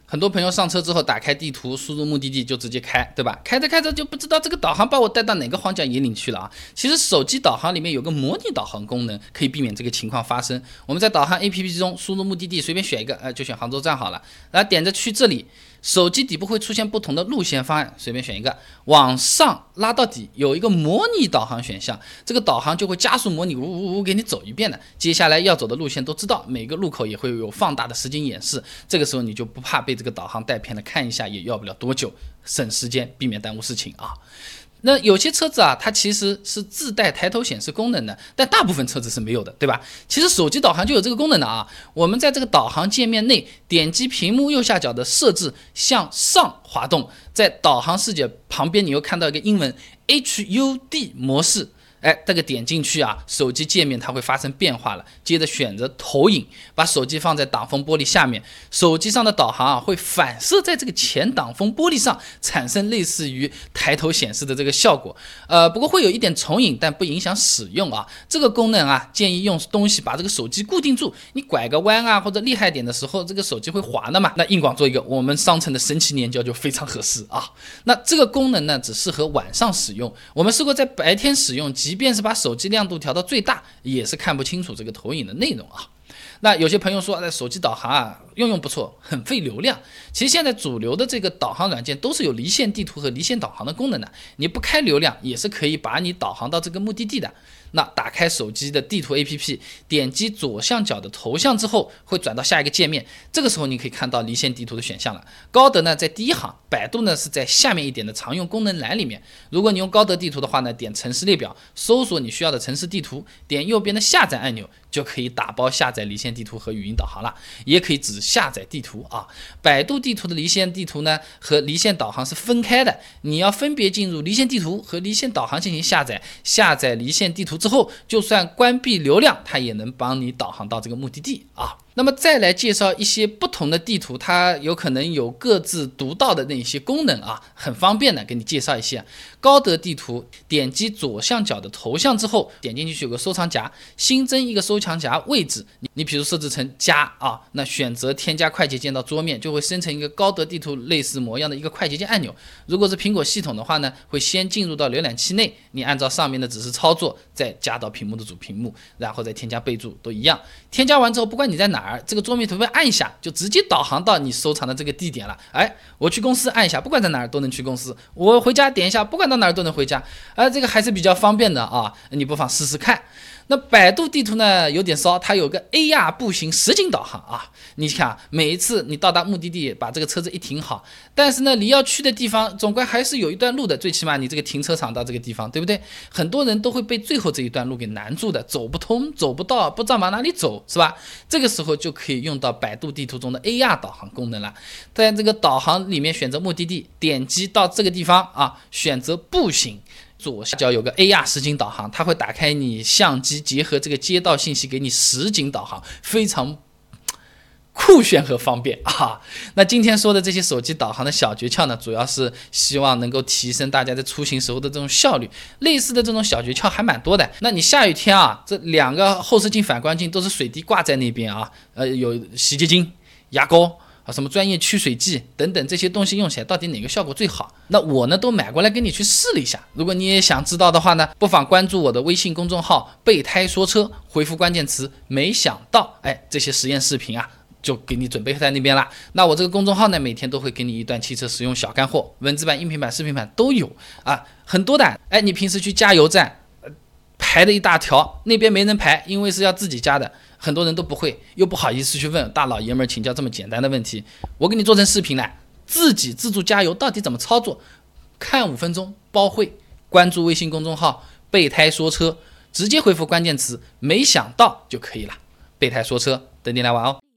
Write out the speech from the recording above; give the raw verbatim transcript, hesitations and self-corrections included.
很多朋友上车之后打开地图，输入目的地就直接开，对吧？开着开着就不知道这个导航把我带到哪个荒郊野岭去了啊！其实手机导航里面有个模拟导航功能，可以避免这个情况发生。我们在导航 A P P 中输入目的地，随便选一个，呃，就选杭州站好了，然后点着去这里。手机底部会出现不同的路线方案，随便选一个，往上拉到底有一个模拟导航选项，这个导航就会加速模拟，呜呜呜给你走一遍的。接下来要走的路线都知道，每个路口也会有放大的实景演示，这个时候你就不怕被这个导航带偏了，看一下也要不了多久，省时间，避免耽误事情啊。那有些车子啊，它其实是自带抬头显示功能的，但大部分车子是没有的，对吧？其实手机导航就有这个功能的啊。我们在这个导航界面内点击屏幕右下角的设置，向上滑动，在导航视野旁边你又看到一个英文 H U D 模式。哎，这个点进去啊，手机界面它会发生变化了。接着选择投影，把手机放在挡风玻璃下面，手机上的导航啊会反射在这个前挡风玻璃上，产生类似于抬头显示的这个效果。呃，不过会有一点重影，但不影响使用啊。这个功能啊，建议用东西把这个手机固定住，你拐个弯啊或者厉害点的时候，这个手机会滑的嘛。那硬广做一个我们商城的神奇年胶就非常合适啊。那这个功能呢，只适合晚上使用，我们试过在白天使用。即便是把手机亮度调到最大，也是看不清楚这个投影的内容啊。那有些朋友说，哎，手机导航啊，用用不错，很费流量。其实现在主流的这个导航软件都是有离线地图和离线导航的功能的，你不开流量也是可以把你导航到这个目的地的。那打开手机的地图 A P P， 点击左上角的头像之后，会转到下一个界面。这个时候你可以看到离线地图的选项了。高德呢在第一行，百度呢是在下面一点的常用功能栏里面。如果你用高德地图的话呢，点城市列表，搜索你需要的城市地图，点右边的下载按钮，就可以打包下载离线地图和语音导航了。也可以只下载地图啊。百度地图的离线地图呢和离线导航是分开的，你要分别进入离线地图和离线导航进行下载。下载离线地图之后，就算关闭流量，它也能帮你导航到这个目的地啊。那么再来介绍一些不同的地图，它有可能有各自独到的那些功能啊，很方便的，给你介绍一些。高德地图，点击左上角的头像之后，点进去有个收藏夹，新增一个收藏夹位置，你你比如设置成加啊，那选择添加快捷键到桌面，就会生成一个高德地图类似模样的一个快捷键按钮。如果是苹果系统的话呢，会先进入到浏览器内，你按照上面的指示操作，再加到屏幕的主屏幕，然后再添加备注，都一样。添加完之后，不管你在哪儿，这个桌面图标按一下，就直接导航到你收藏的这个地点了。哎，我去公司按一下，不管在哪儿都能去公司；我回家点一下，不管到哪儿都能回家。啊，这个还是比较方便的啊，你不妨试试看。那百度地图呢有点骚，它有个 A R 步行实景导航啊。你看，每一次你到达目的地，把这个车子一停好，但是呢，你要去的地方总归还是有一段路的，最起码你这个停车场到这个地方，对不对？很多人都会被最后这一段路给难住的，走不通，走不到，不知道往哪里走，是吧？这个时候就可以用到百度地图中的 A R 导航功能了。在这个导航里面选择目的地，点击到这个地方啊，选择步行。左下角有个 A R 实景导航，它会打开你相机，结合这个街道信息给你实景导航，非常酷炫和方便啊！那今天说的这些手机导航的小诀窍呢，主要是希望能够提升大家在出行时候的这种效率。类似的这种小诀窍还蛮多的。那你下雨天啊，这两个后视镜、反光镜都是水滴挂在那边啊，呃，有洗洁精、牙膏。什么专业驱水剂等等这些东西用起来到底哪个效果最好？那我呢都买过来给你去试了一下。如果你也想知道的话呢，不妨关注我的微信公众号备胎说车，回复关键词没想到，哎，这些实验视频啊就给你准备在那边啦。那我这个公众号呢，每天都会给你一段汽车使用小干货，文字版、音频版、视频版都有啊，很多的。哎，你平时去加油站排的一大条，那边没人排，因为是要自己加的，很多人都不会，又不好意思去问大老爷们请教这么简单的问题。我给你做成视频来，自己自助加油到底怎么操作，看五分钟包会。关注微信公众号备胎说车，直接回复关键词没想到就可以了。备胎说车，等你来玩哦。